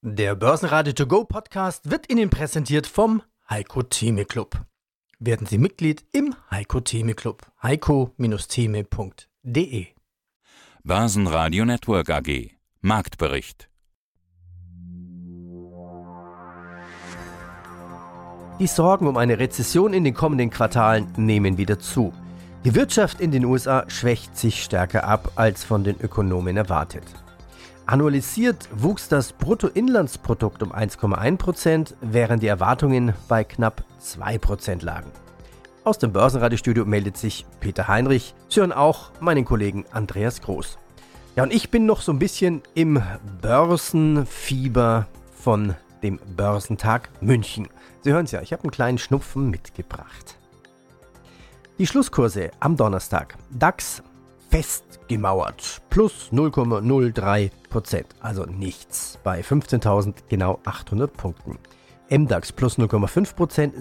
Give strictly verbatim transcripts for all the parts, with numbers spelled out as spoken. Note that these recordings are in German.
Der Börsenradio To Go Podcast wird Ihnen präsentiert vom Heiko Theme Club. Werden Sie Mitglied im Heiko Theme Club. heiko Theme punkt de. Börsenradio Network A G. Marktbericht. Die Sorgen um eine Rezession in den kommenden Quartalen nehmen wieder zu. Die Wirtschaft in den U S A schwächt sich stärker ab, als von den Ökonomen erwartet. Annualisiert wuchs das Bruttoinlandsprodukt um eins Komma eins Prozent, während die Erwartungen bei knapp zwei Prozent lagen. Aus dem Börsenradiostudio meldet sich Peter Heinrich. Sie hören auch meinen Kollegen Andreas Groß. Ja, und ich bin noch so ein bisschen im Börsenfieber von dem Börsentag München. Sie hören es ja, ich habe einen kleinen Schnupfen mitgebracht. Die Schlusskurse am Donnerstag. DAX festgemauert, plus null Komma null drei Prozent, also nichts, bei fünfzehntausend genau achthundert Punkten. M DAX plus null Komma fünf Prozent,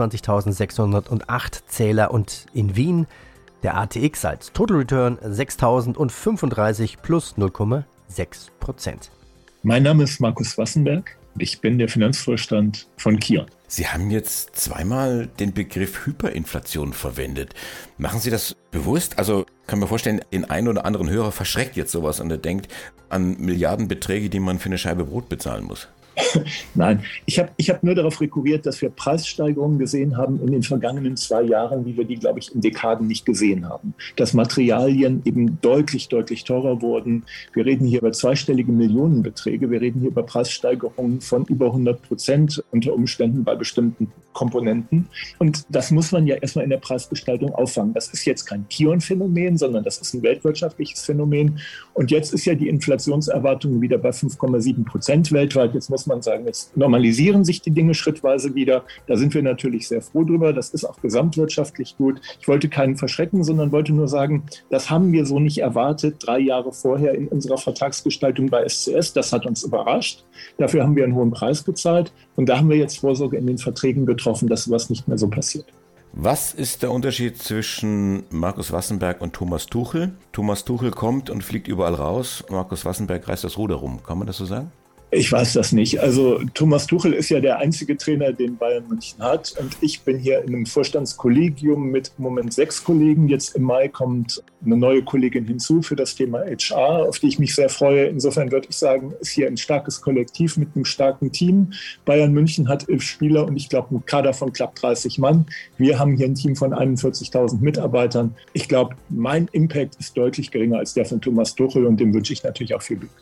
siebenundzwanzigtausendsechshundertacht Zähler, und in Wien der A T X als Total Return sechstausendfünfunddreißig plus null Komma sechs Prozent. Mein Name ist Markus Wassenberg und ich bin der Finanzvorstand von KION. Sie haben jetzt zweimal den Begriff Hyperinflation verwendet. Machen Sie das bewusst? Also kann man vorstellen, den einen oder anderen Hörer verschreckt jetzt sowas und er denkt an Milliardenbeträge, die man für eine Scheibe Brot bezahlen muss. Nein, ich habe ich hab nur darauf rekurriert, dass wir Preissteigerungen gesehen haben in den vergangenen zwei Jahren, wie wir die, glaube ich, in Dekaden nicht gesehen haben. Dass Materialien eben deutlich, deutlich teurer wurden. Wir reden hier über zweistellige Millionenbeträge. Wir reden hier über Preissteigerungen von über hundert Prozent unter Umständen bei bestimmten Komponenten. Und das muss man ja erstmal in der Preisgestaltung auffangen. Das ist jetzt kein KION-Phänomen, sondern das ist ein weltwirtschaftliches Phänomen. Und jetzt ist ja die Inflationserwartung wieder bei fünf Komma sieben Prozent weltweit. Jetzt muss man sagen, jetzt normalisieren sich die Dinge schrittweise wieder. Da sind wir natürlich sehr froh drüber. Das ist auch gesamtwirtschaftlich gut. Ich wollte keinen verschrecken, sondern wollte nur sagen, das haben wir so nicht erwartet, drei Jahre vorher in unserer Vertragsgestaltung bei S C S. Das hat uns überrascht. Dafür haben wir einen hohen Preis bezahlt. Und da haben wir jetzt Vorsorge in den Verträgen getroffen, dass sowas nicht mehr so passiert. Was ist der Unterschied zwischen Markus Wassenberg und Thomas Tuchel? Thomas Tuchel kommt und fliegt überall raus. Markus Wassenberg reißt das Ruder rum. Kann man das so sagen? Ich weiß das nicht. Also Thomas Tuchel ist ja der einzige Trainer, den Bayern München hat. Und ich bin hier in einem Vorstandskollegium mit im Moment sechs Kollegen. Jetzt im Mai kommt eine neue Kollegin hinzu für das Thema H R, auf die ich mich sehr freue. Insofern würde ich sagen, ist hier ein starkes Kollektiv mit einem starken Team. Bayern München hat elf Spieler und ich glaube einen Kader von knapp dreißig Mann. Wir haben hier ein Team von einundvierzigtausend Mitarbeitern. Ich glaube, mein Impact ist deutlich geringer als der von Thomas Tuchel und dem wünsche ich natürlich auch viel Glück.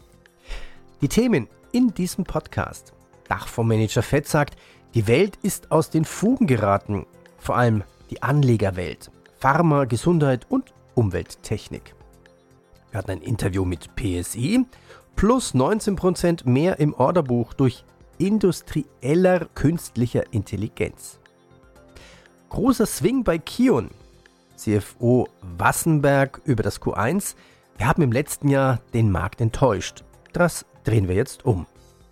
Die Themen in diesem Podcast. Dachfondsmanager Fett sagt, die Welt ist aus den Fugen geraten. Vor allem die Anlegerwelt. Pharma, Gesundheit und Umwelttechnik. Wir hatten ein Interview mit P S I. Plus neunzehn Prozent mehr im Orderbuch durch industrieller künstlicher Intelligenz. Großer Swing bei KION. C F O Wassenberg über das Q eins. Wir haben im letzten Jahr den Markt enttäuscht. Das drehen wir jetzt um.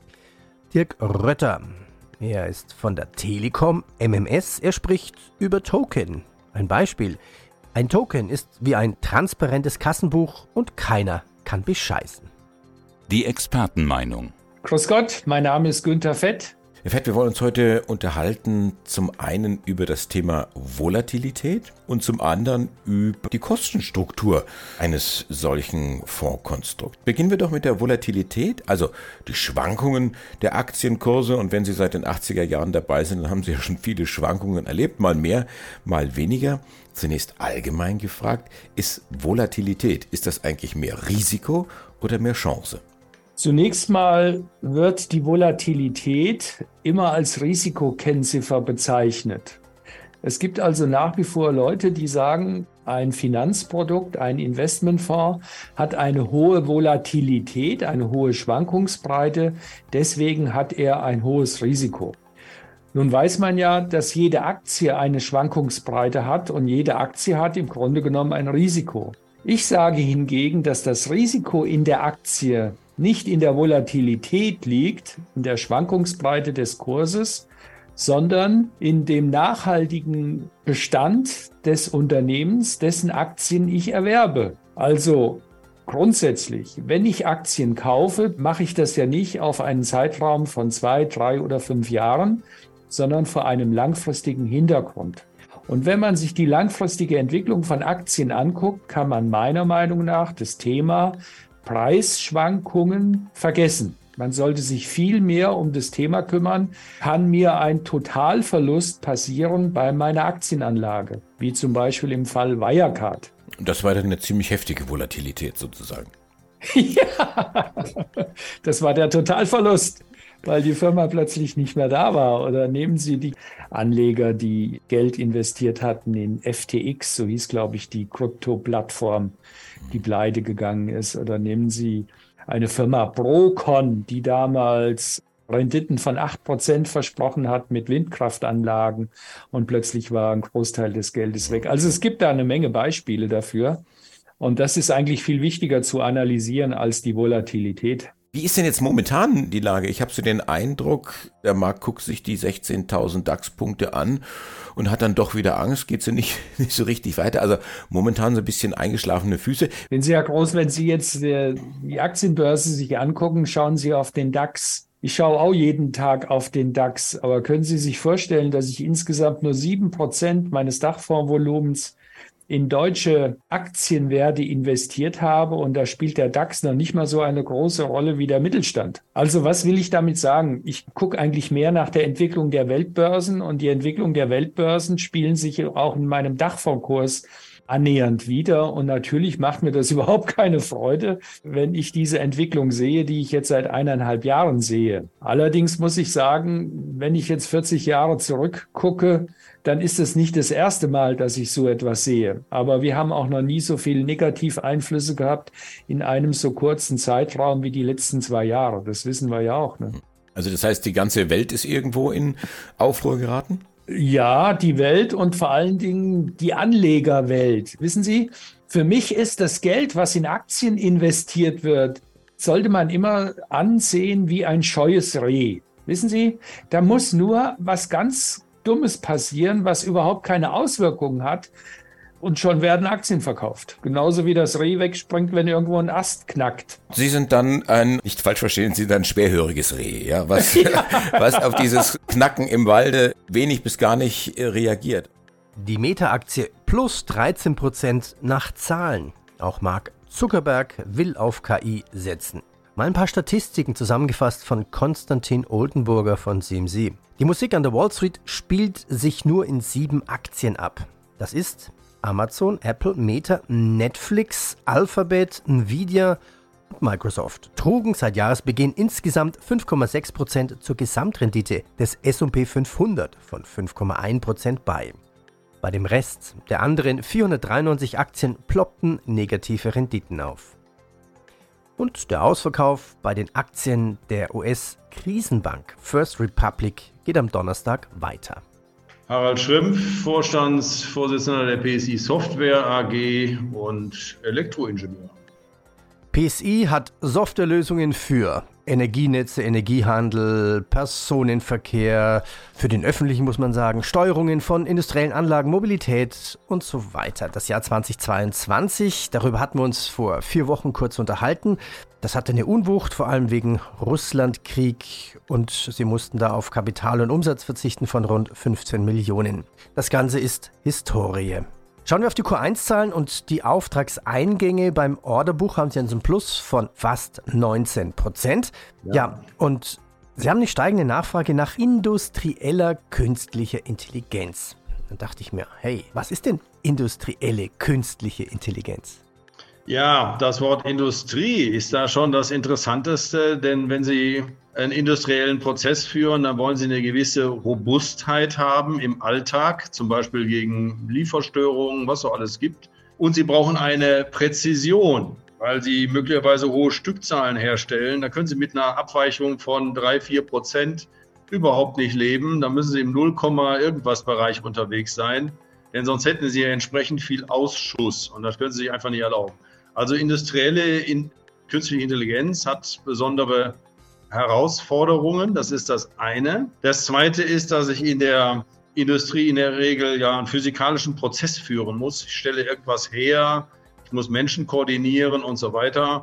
Dirk Rötter, er ist von der Telekom M M S, er spricht über Token. Ein Beispiel, ein Token ist wie ein transparentes Kassenbuch und keiner kann bescheißen. Die Expertenmeinung. Grüß Gott, mein Name ist Günther Fett. Herr Fett, wir wollen uns heute unterhalten, zum einen über das Thema Volatilität und zum anderen über die Kostenstruktur eines solchen Fondskonstrukts. Beginnen wir doch mit der Volatilität, also die Schwankungen der Aktienkurse. Und wenn Sie seit den achtziger Jahren dabei sind, dann haben Sie ja schon viele Schwankungen erlebt, mal mehr, mal weniger. Zunächst allgemein gefragt, ist Volatilität, ist das eigentlich mehr Risiko oder mehr Chance? Zunächst mal wird die Volatilität immer als Risikokennziffer bezeichnet. Es gibt also nach wie vor Leute, die sagen, ein Finanzprodukt, ein Investmentfonds hat eine hohe Volatilität, eine hohe Schwankungsbreite, deswegen hat er ein hohes Risiko. Nun weiß man ja, dass jede Aktie eine Schwankungsbreite hat und jede Aktie hat im Grunde genommen ein Risiko. Ich sage hingegen, dass das Risiko in der Aktie nicht in der Volatilität liegt, in der Schwankungsbreite des Kurses, sondern in dem nachhaltigen Bestand des Unternehmens, dessen Aktien ich erwerbe. Also Grundsätzlich, wenn ich Aktien kaufe, mache ich das ja nicht auf einen Zeitraum von zwei, drei oder fünf Jahren, sondern vor einem langfristigen Hintergrund. Und wenn man sich die langfristige Entwicklung von Aktien anguckt, kann man meiner Meinung nach das Thema Preisschwankungen vergessen. Man sollte sich viel mehr um das Thema kümmern. Kann mir ein Totalverlust passieren bei meiner Aktienanlage, wie zum Beispiel im Fall Wirecard? Das war dann eine ziemlich heftige Volatilität sozusagen. Ja, das war der Totalverlust, weil die Firma plötzlich nicht mehr da war. Oder nehmen Sie die Anleger, die Geld investiert hatten in F T X, so hieß, glaube ich, die Krypto-Plattform, die pleite gegangen ist. Oder nehmen Sie eine Firma Procon, die damals Renditen von acht Prozent versprochen hat mit Windkraftanlagen und plötzlich war ein Großteil des Geldes weg. Also es gibt da eine Menge Beispiele dafür. Und das ist eigentlich viel wichtiger zu analysieren als die Volatilität. Wie ist denn jetzt momentan die Lage? Ich habe so den Eindruck, der Markt guckt sich die sechzehntausend DAX-Punkte an und hat dann doch wieder Angst, geht so nicht, nicht so richtig weiter. Also momentan so ein bisschen eingeschlafene Füße. Wenn Sie, Herr Groß, wenn Sie jetzt äh, die Aktienbörse sich angucken, schauen Sie auf den DAX. Ich schaue auch jeden Tag auf den DAX, aber können Sie sich vorstellen, dass ich insgesamt nur sieben Prozent meines Dachfondsvolumens in deutsche Aktienwerte investiert habe und da spielt der DAX noch nicht mal so eine große Rolle wie der Mittelstand. Also was will ich damit sagen? Ich gucke eigentlich mehr nach der Entwicklung der Weltbörsen und die Entwicklung der Weltbörsen spielen sich auch in meinem Dachfondskurs annähernd wieder. Und natürlich macht mir das überhaupt keine Freude, wenn ich diese Entwicklung sehe, die ich jetzt seit eineinhalb Jahren sehe. Allerdings muss ich sagen, wenn ich jetzt vierzig Jahre zurückgucke, dann ist es nicht das erste Mal, dass ich so etwas sehe. Aber wir haben auch noch nie so viele Negativeinflüsse gehabt in einem so kurzen Zeitraum wie die letzten zwei Jahre. Das wissen wir ja auch, ne? Also das heißt, die ganze Welt ist irgendwo in Aufruhr geraten? Ja, die Welt und vor allen Dingen die Anlegerwelt. Wissen Sie, für mich ist das Geld, was in Aktien investiert wird, sollte man immer ansehen wie ein scheues Reh. Wissen Sie, da muss nur was ganz Dummes passieren, was überhaupt keine Auswirkungen hat und schon werden Aktien verkauft. Genauso wie das Reh wegspringt, wenn irgendwo ein Ast knackt. Sie sind dann ein, nicht falsch verstehen, Sie sind ein schwerhöriges Reh, ja, was, ja. was auf dieses Knacken im Walde wenig bis gar nicht reagiert. Die Meta-Aktie plus dreizehn Prozent nach Zahlen. Auch Mark Zuckerberg will auf K I setzen. Mal ein paar Statistiken zusammengefasst von Konstantin Oldenburger von C M C. Die Musik an der Wall Street spielt sich nur in sieben Aktien ab. Das ist Amazon, Apple, Meta, Netflix, Alphabet, Nvidia und Microsoft. Trugen seit Jahresbeginn insgesamt fünf Komma sechs Prozent zur Gesamtrendite des S und P fünfhundert von fünf Komma eins Prozent bei. Bei dem Rest der anderen vierhundertdreiundneunzig Aktien ploppten negative Renditen auf. Und der Ausverkauf bei den Aktien der U S-Krisenbank First Republic geht am Donnerstag weiter. Harald Schrimpf, Vorstandsvorsitzender der P S I Software A G und Elektroingenieur. P S I hat Softwarelösungen für Energienetze, Energiehandel, Personenverkehr, für den öffentlichen muss man sagen, Steuerungen von industriellen Anlagen, Mobilität und so weiter. Das Jahr zweitausendzweiundzwanzig, darüber hatten wir uns vor vier Wochen kurz unterhalten. Das hatte eine Unwucht, vor allem wegen Russlandkrieg und sie mussten da auf Kapital und Umsatz verzichten von rund fünfzehn Millionen. Das Ganze ist Historie. Schauen wir auf die Q eins Zahlen und die Auftragseingänge beim Orderbuch haben sie einen Plus von fast neunzehn Prozent. Ja. ja, und sie haben eine steigende Nachfrage nach industrieller künstlicher Intelligenz. Dann dachte ich mir, hey, was ist denn industrielle künstliche Intelligenz? Ja, das Wort Industrie ist da schon das Interessanteste, denn wenn Sie einen industriellen Prozess führen, dann wollen Sie eine gewisse Robustheit haben im Alltag, zum Beispiel gegen Lieferstörungen, was so alles gibt. Und Sie brauchen eine Präzision, weil Sie möglicherweise hohe Stückzahlen herstellen. Da können Sie mit einer Abweichung von drei, vier Prozent überhaupt nicht leben. Da müssen Sie im null, irgendwas Bereich unterwegs sein, denn sonst hätten Sie entsprechend viel Ausschuss und das können Sie sich einfach nicht erlauben. Also industrielle in, künstliche Intelligenz hat besondere Herausforderungen, das ist das eine. Das zweite ist, dass ich in der Industrie in der Regel ja einen physikalischen Prozess führen muss. Ich stelle irgendwas her, ich muss Menschen koordinieren und so weiter.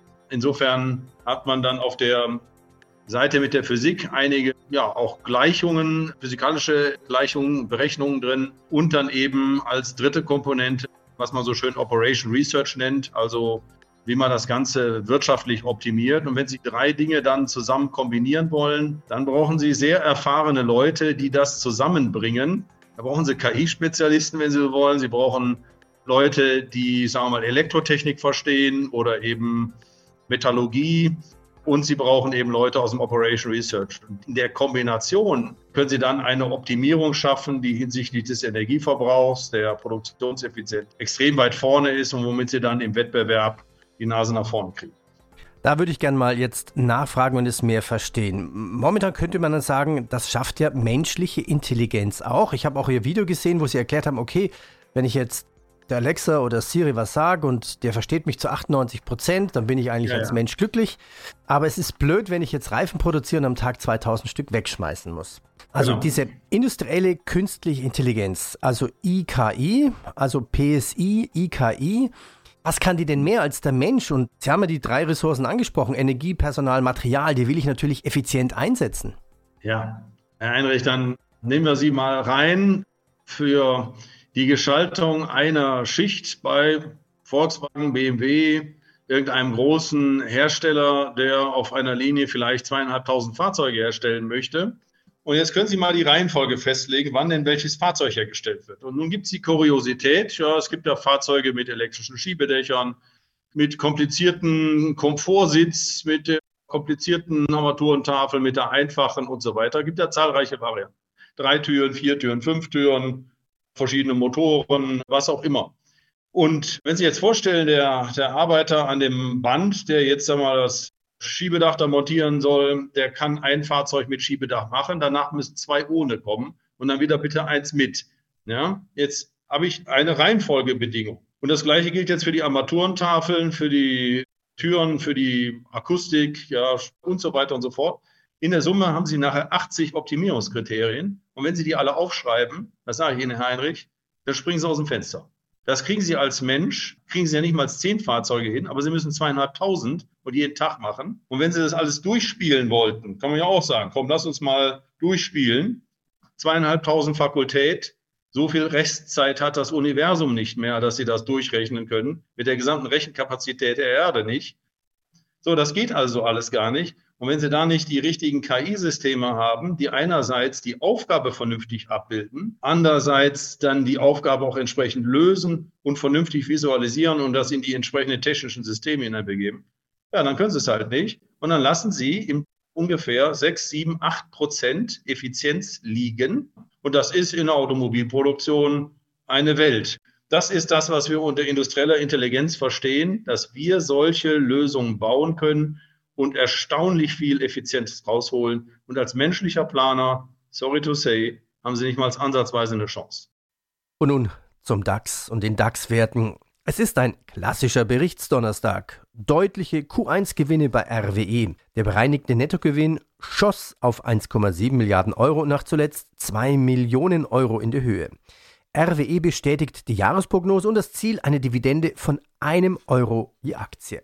Insofern hat man dann auf der Seite mit der Physik einige, ja, auch Gleichungen, physikalische Gleichungen, Berechnungen drin und dann eben als dritte Komponente, was man so schön Operation Research nennt, also wie man das Ganze wirtschaftlich optimiert. Und wenn Sie drei Dinge dann zusammen kombinieren wollen, dann brauchen Sie sehr erfahrene Leute, die das zusammenbringen. Da brauchen Sie K I-Spezialisten, wenn Sie so wollen. Sie brauchen Leute, die, sagen wir mal, Elektrotechnik verstehen oder eben Metallurgie. Und Sie brauchen eben Leute aus dem Operation Research. Und in der Kombination können Sie dann eine Optimierung schaffen, die hinsichtlich des Energieverbrauchs, der Produktionseffizienz extrem weit vorne ist und womit Sie dann im Wettbewerb die Nase nach vorne kriegen. Da würde ich gerne mal jetzt nachfragen und es mehr verstehen. Momentan könnte man dann sagen, das schafft ja menschliche Intelligenz auch. Ich habe auch Ihr Video gesehen, wo Sie erklärt haben, okay, wenn ich jetzt der Alexa oder Siri was sage und der versteht mich zu achtundneunzig Prozent, dann bin ich eigentlich ja, als ja. Mensch glücklich. Aber es ist blöd, wenn ich jetzt Reifen produziere und am Tag zweitausend Stück wegschmeißen muss. Also genau. Diese industrielle künstliche Intelligenz, also I K I, also P S I, I K I, was kann die denn mehr als der Mensch? Und Sie haben ja die drei Ressourcen angesprochen, Energie, Personal, Material, die will ich natürlich effizient einsetzen. Ja, Herr Heinrich, dann nehmen wir Sie mal rein für die Gestaltung einer Schicht bei Volkswagen, B M W, irgendeinem großen Hersteller, der auf einer Linie vielleicht zweieinhalbtausend Fahrzeuge herstellen möchte. Und jetzt können Sie mal die Reihenfolge festlegen, wann denn welches Fahrzeug hergestellt wird. Und nun gibt es die Kuriosität, ja, es gibt ja Fahrzeuge mit elektrischen Schiebedächern, mit komplizierten Komfortsitz, mit komplizierten Armaturentafeln, mit der einfachen und so weiter. Es gibt ja zahlreiche Varianten. Drei Türen, vier Türen, fünf Türen, verschiedene Motoren, was auch immer. Und wenn Sie jetzt vorstellen, der, der Arbeiter an dem Band, der jetzt einmal das Schiebedach da montieren soll, der kann ein Fahrzeug mit Schiebedach machen, danach müssen zwei ohne kommen und dann wieder bitte eins mit. Ja, jetzt habe ich eine Reihenfolgebedingung. Und das Gleiche gilt jetzt für die Armaturentafeln, für die Türen, für die Akustik, ja, und so weiter und so fort. In der Summe haben Sie nachher achtzig Optimierungskriterien. Und wenn Sie die alle aufschreiben, das sage ich Ihnen, Herr Heinrich, dann springen Sie aus dem Fenster. Das kriegen Sie als Mensch, kriegen Sie ja nicht mal zehn Fahrzeuge hin, aber Sie müssen zweieinhalbtausend und jeden Tag machen. Und wenn Sie das alles durchspielen wollten, kann man ja auch sagen, komm, lass uns mal durchspielen. Zweieinhalbtausend Fakultät, so viel Restzeit hat das Universum nicht mehr, dass Sie das durchrechnen können. Mit der gesamten Rechenkapazität der Erde nicht. So, das geht also alles gar nicht. Und wenn Sie da nicht die richtigen K I-Systeme haben, die einerseits die Aufgabe vernünftig abbilden, andererseits dann die Aufgabe auch entsprechend lösen und vernünftig visualisieren und das in die entsprechenden technischen Systeme hineinbegeben, ja, dann können Sie es halt nicht. Und dann lassen Sie im ungefähr sechs, sieben, acht Prozent Effizienz liegen. Und das ist in der Automobilproduktion eine Welt. Das ist das, was wir unter industrieller Intelligenz verstehen, dass wir solche Lösungen bauen können und erstaunlich viel Effizienz rausholen. Und als menschlicher Planer, sorry to say, haben Sie nicht mal ansatzweise eine Chance. Und nun zum DAX und den DAX-Werten. Es ist ein klassischer Berichtsdonnerstag. Deutliche Q eins Gewinne bei R W E. Der bereinigte Nettogewinn schoss auf eins Komma sieben Milliarden Euro und nach zuletzt zwei Millionen Euro in die Höhe. R W E bestätigt die Jahresprognose und das Ziel, eine Dividende von einem Euro je Aktie.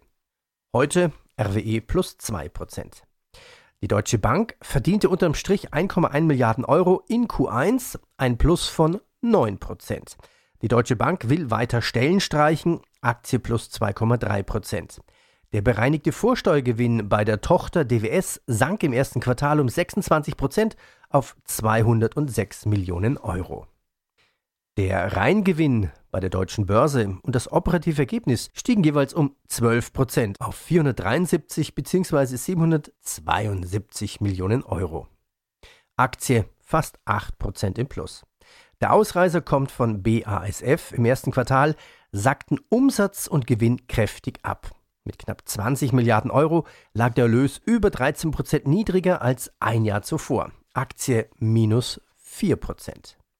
Heute R W E plus zwei Prozent. Die Deutsche Bank verdiente unterm Strich ein Komma eins Milliarden Euro in Q eins, ein Plus von neun Prozent. Die Deutsche Bank will weiter Stellen streichen, Aktie plus zwei Komma drei Prozent. Der bereinigte Vorsteuergewinn bei der Tochter D W S sank im ersten Quartal um sechsundzwanzig Prozent auf zweihundertsechs Millionen Euro. Der Reingewinn bei der Deutschen Börse und das operative Ergebnis stiegen jeweils um zwölf Prozent auf vierhundertdreiundsiebzig bzw. siebenhundertzweiundsiebzig Millionen Euro. Aktie fast acht Prozent im Plus. Der Ausreißer kommt von B A S F. Im ersten Quartal sackten Umsatz und Gewinn kräftig ab. Mit knapp zwanzig Milliarden Euro lag der Erlös über dreizehn Prozent niedriger als ein Jahr zuvor. Aktie minus vier Prozent.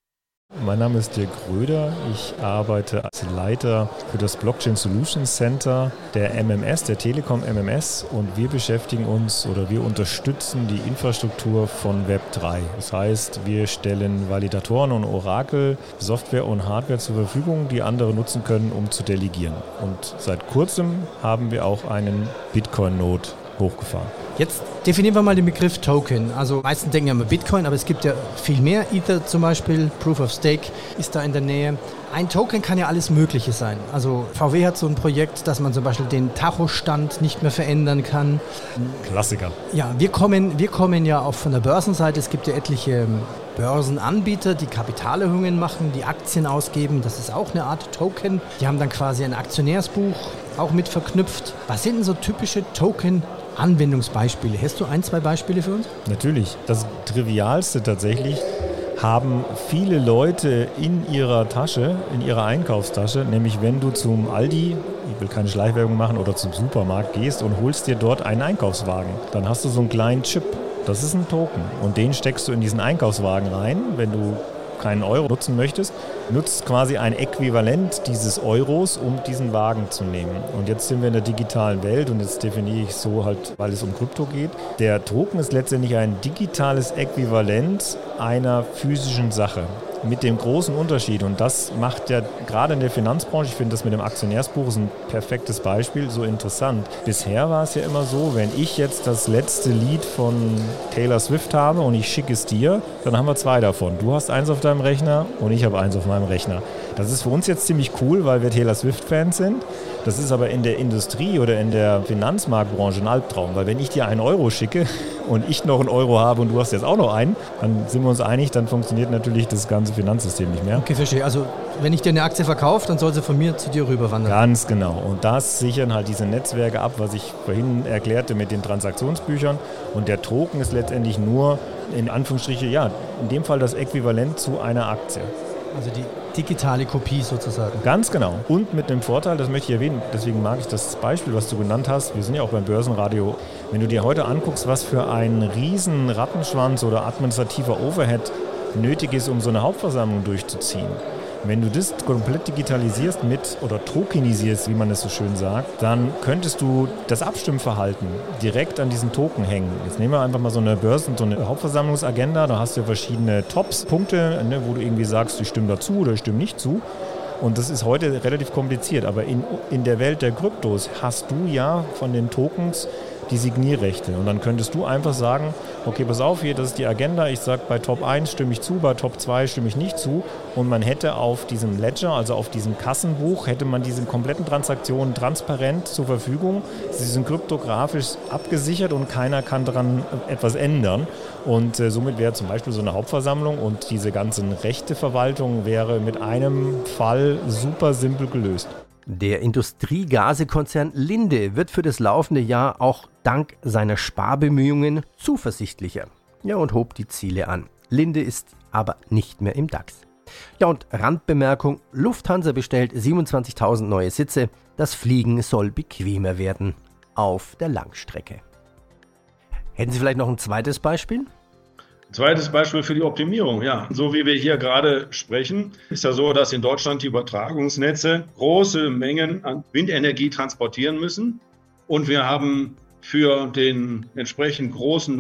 Mein Name ist Dirk Röder. Ich arbeite als Leiter für das Blockchain Solutions Center der M M S, der Telekom M M S. Und wir beschäftigen uns oder wir unterstützen die Infrastruktur von Web drei. Das heißt, wir stellen Validatoren und Orakel, Software und Hardware zur Verfügung, die andere nutzen können, um zu delegieren. Und seit kurzem haben wir auch einen Bitcoin-Node hochgefahren. Jetzt definieren wir mal den Begriff Token. Also meistens denken ja immer Bitcoin, aber es gibt ja viel mehr. Ether zum Beispiel, Proof of Stake ist da in der Nähe. Ein Token kann ja alles Mögliche sein. Also V W hat so ein Projekt, dass man zum Beispiel den Tachostand nicht mehr verändern kann. Klassiker. Ja, wir kommen, wir kommen ja auch von der Börsenseite. Es gibt ja etliche Börsenanbieter, die Kapitalerhöhungen machen, die Aktien ausgeben. Das ist auch eine Art Token. Die haben dann quasi ein Aktionärsbuch auch mit verknüpft. Was sind denn so typische Token Anwendungsbeispiele? Hast du ein, zwei Beispiele für uns? Natürlich. Das Trivialste tatsächlich haben viele Leute in ihrer Tasche, in ihrer Einkaufstasche, nämlich wenn du zum Aldi, ich will keine Schleichwerbung machen, oder zum Supermarkt gehst und holst dir dort einen Einkaufswagen. Dann hast du so einen kleinen Chip. Das ist ein Token. Und den steckst du in diesen Einkaufswagen rein, wenn du keinen Euro nutzen möchtest, nutzt quasi ein Äquivalent dieses Euros, um diesen Wagen zu nehmen. Und jetzt sind wir in der digitalen Welt und jetzt definiere ich so halt, weil es um Krypto geht. Der Token ist letztendlich ein digitales Äquivalent einer physischen Sache. Mit dem großen Unterschied, und das macht ja gerade in der Finanzbranche, ich finde das mit dem Aktionärsbuch ist ein perfektes Beispiel, so interessant. Bisher war es ja immer so, wenn ich jetzt das letzte Lied von Taylor Swift habe und ich schicke es dir, dann haben wir zwei davon. Du hast eins auf deinem Rechner und ich habe eins auf meinem Rechner. Das ist für uns jetzt ziemlich cool, weil wir Taylor Swift-Fans sind. Das ist aber in der Industrie oder in der Finanzmarktbranche ein Albtraum, weil wenn ich dir einen Euro schicke und ich noch einen Euro habe und du hast jetzt auch noch einen, dann sind wir uns einig, dann funktioniert natürlich das ganze Finanzsystem nicht mehr. Okay, verstehe. Also wenn ich dir eine Aktie verkaufe, dann soll sie von mir zu dir rüberwandern. Ganz genau. Und das sichern halt diese Netzwerke ab, was ich vorhin erklärte mit den Transaktionsbüchern. Und der Token ist letztendlich nur, in Anführungsstrichen, ja, in dem Fall das Äquivalent zu einer Aktie. Also die digitale Kopie sozusagen. Ganz genau. Und mit einem Vorteil, das möchte ich erwähnen, deswegen mag ich das Beispiel, was du genannt hast. Wir sind ja auch beim Börsenradio. Wenn du dir heute anguckst, was für ein riesen Rattenschwanz oder administrativer Overhead nötig ist, um so eine Hauptversammlung durchzuziehen. Wenn du das komplett digitalisierst mit oder tokenisierst, wie man es so schön sagt, dann könntest du das Abstimmverhalten direkt an diesen Token hängen. Jetzt nehmen wir einfach mal so eine Börsen-, so eine Hauptversammlungsagenda, da hast du ja verschiedene Tops, Punkte, ne, wo du irgendwie sagst, ich stimme dazu oder ich stimme nicht zu. Und das ist heute relativ kompliziert, aber in, in der Welt der Kryptos hast du ja von den Tokens die Signierrechte. Und dann könntest du einfach sagen, okay, pass auf, hier, das ist die Agenda. Ich sage, bei Top eins stimme ich zu, bei Top zwei stimme ich nicht zu. Und man hätte auf diesem Ledger, also auf diesem Kassenbuch, hätte man diese kompletten Transaktionen transparent zur Verfügung. Sie sind kryptografisch abgesichert und keiner kann daran etwas ändern. Und äh, somit wäre zum Beispiel so eine Hauptversammlung und diese ganzen Rechteverwaltung wäre mit einem Fall super simpel gelöst. Der Industriegasekonzern Linde wird für das laufende Jahr auch dank seiner Sparbemühungen zuversichtlicher. Ja, und hob die Ziele an. Linde ist aber nicht mehr im DAX. Ja, und Randbemerkung, Lufthansa bestellt siebenundzwanzigtausend neue Sitze. Das Fliegen soll bequemer werden auf der Langstrecke. Hätten Sie vielleicht noch ein zweites Beispiel? Zweites Beispiel für die Optimierung, ja. So wie wir hier gerade sprechen, ist ja so, dass in Deutschland die Übertragungsnetze große Mengen an Windenergie transportieren müssen. Und wir haben für den entsprechend großen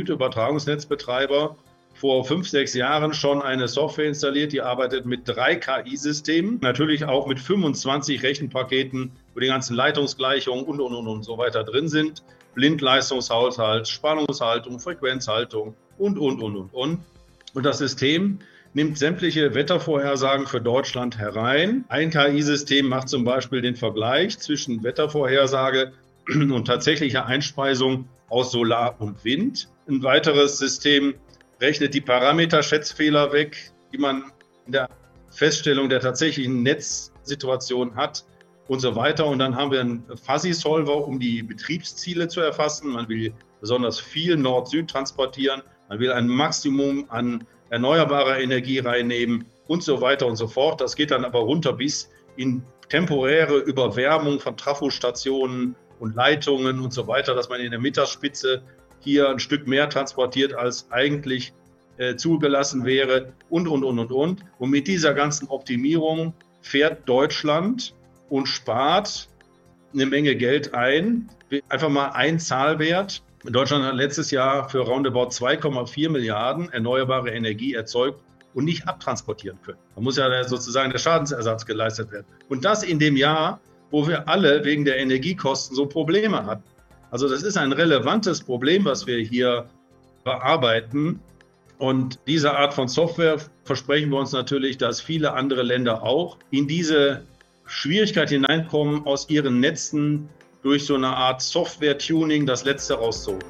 Nord-Süd-Übertragungsnetzbetreiber vor fünf, sechs Jahren schon eine Software installiert, die arbeitet mit drei K I-Systemen, natürlich auch mit fünfundzwanzig Rechenpaketen, wo die ganzen Leitungsgleichungen und, und, und, und so weiter drin sind. Blindleistungshaushalt, Spannungshaltung, Frequenzhaltung und, und, und, und, und. Und das System nimmt sämtliche Wettervorhersagen für Deutschland herein. Ein K I-System macht zum Beispiel den Vergleich zwischen Wettervorhersage und tatsächlicher Einspeisung aus Solar und Wind. Ein weiteres System rechnet die Parameterschätzfehler weg, die man in der Feststellung der tatsächlichen Netzsituation hat und so weiter. Und dann haben wir einen Fuzzy-Solver, um die Betriebsziele zu erfassen. Man will besonders viel Nord-Süd transportieren. Man will ein Maximum an erneuerbarer Energie reinnehmen und so weiter und so fort. Das geht dann aber runter bis in temporäre Überwärmung von Trafostationen und Leitungen und so weiter, dass man in der Mittagsspitze hier ein Stück mehr transportiert, als eigentlich äh, zugelassen wäre und, und, und, und, und. Und mit dieser ganzen Optimierung fährt Deutschland und spart eine Menge Geld ein. Einfach mal ein Zahlwert. Deutschland hat letztes Jahr für roundabout zwei Komma vier Milliarden erneuerbare Energie erzeugt und nicht abtransportieren können. Da muss ja sozusagen der Schadensersatz geleistet werden. Und das in dem Jahr, wo wir alle wegen der Energiekosten so Probleme hatten. Also das ist ein relevantes Problem, was wir hier bearbeiten. Und diese Art von Software versprechen wir uns natürlich, dass viele andere Länder auch in diese Schwierigkeit hineinkommen, aus ihren Netzen durch so eine Art Software-Tuning das Letzte rauszuholen.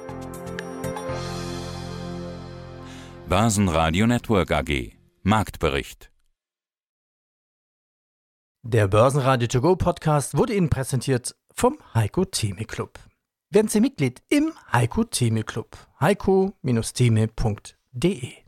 Börsenradio Network A G. Marktbericht. Der Börsenradio To Go Podcast wurde Ihnen präsentiert vom Heiko Theme Club. Werden Sie Mitglied im Heiko Theme Club. heiko Theme punkt de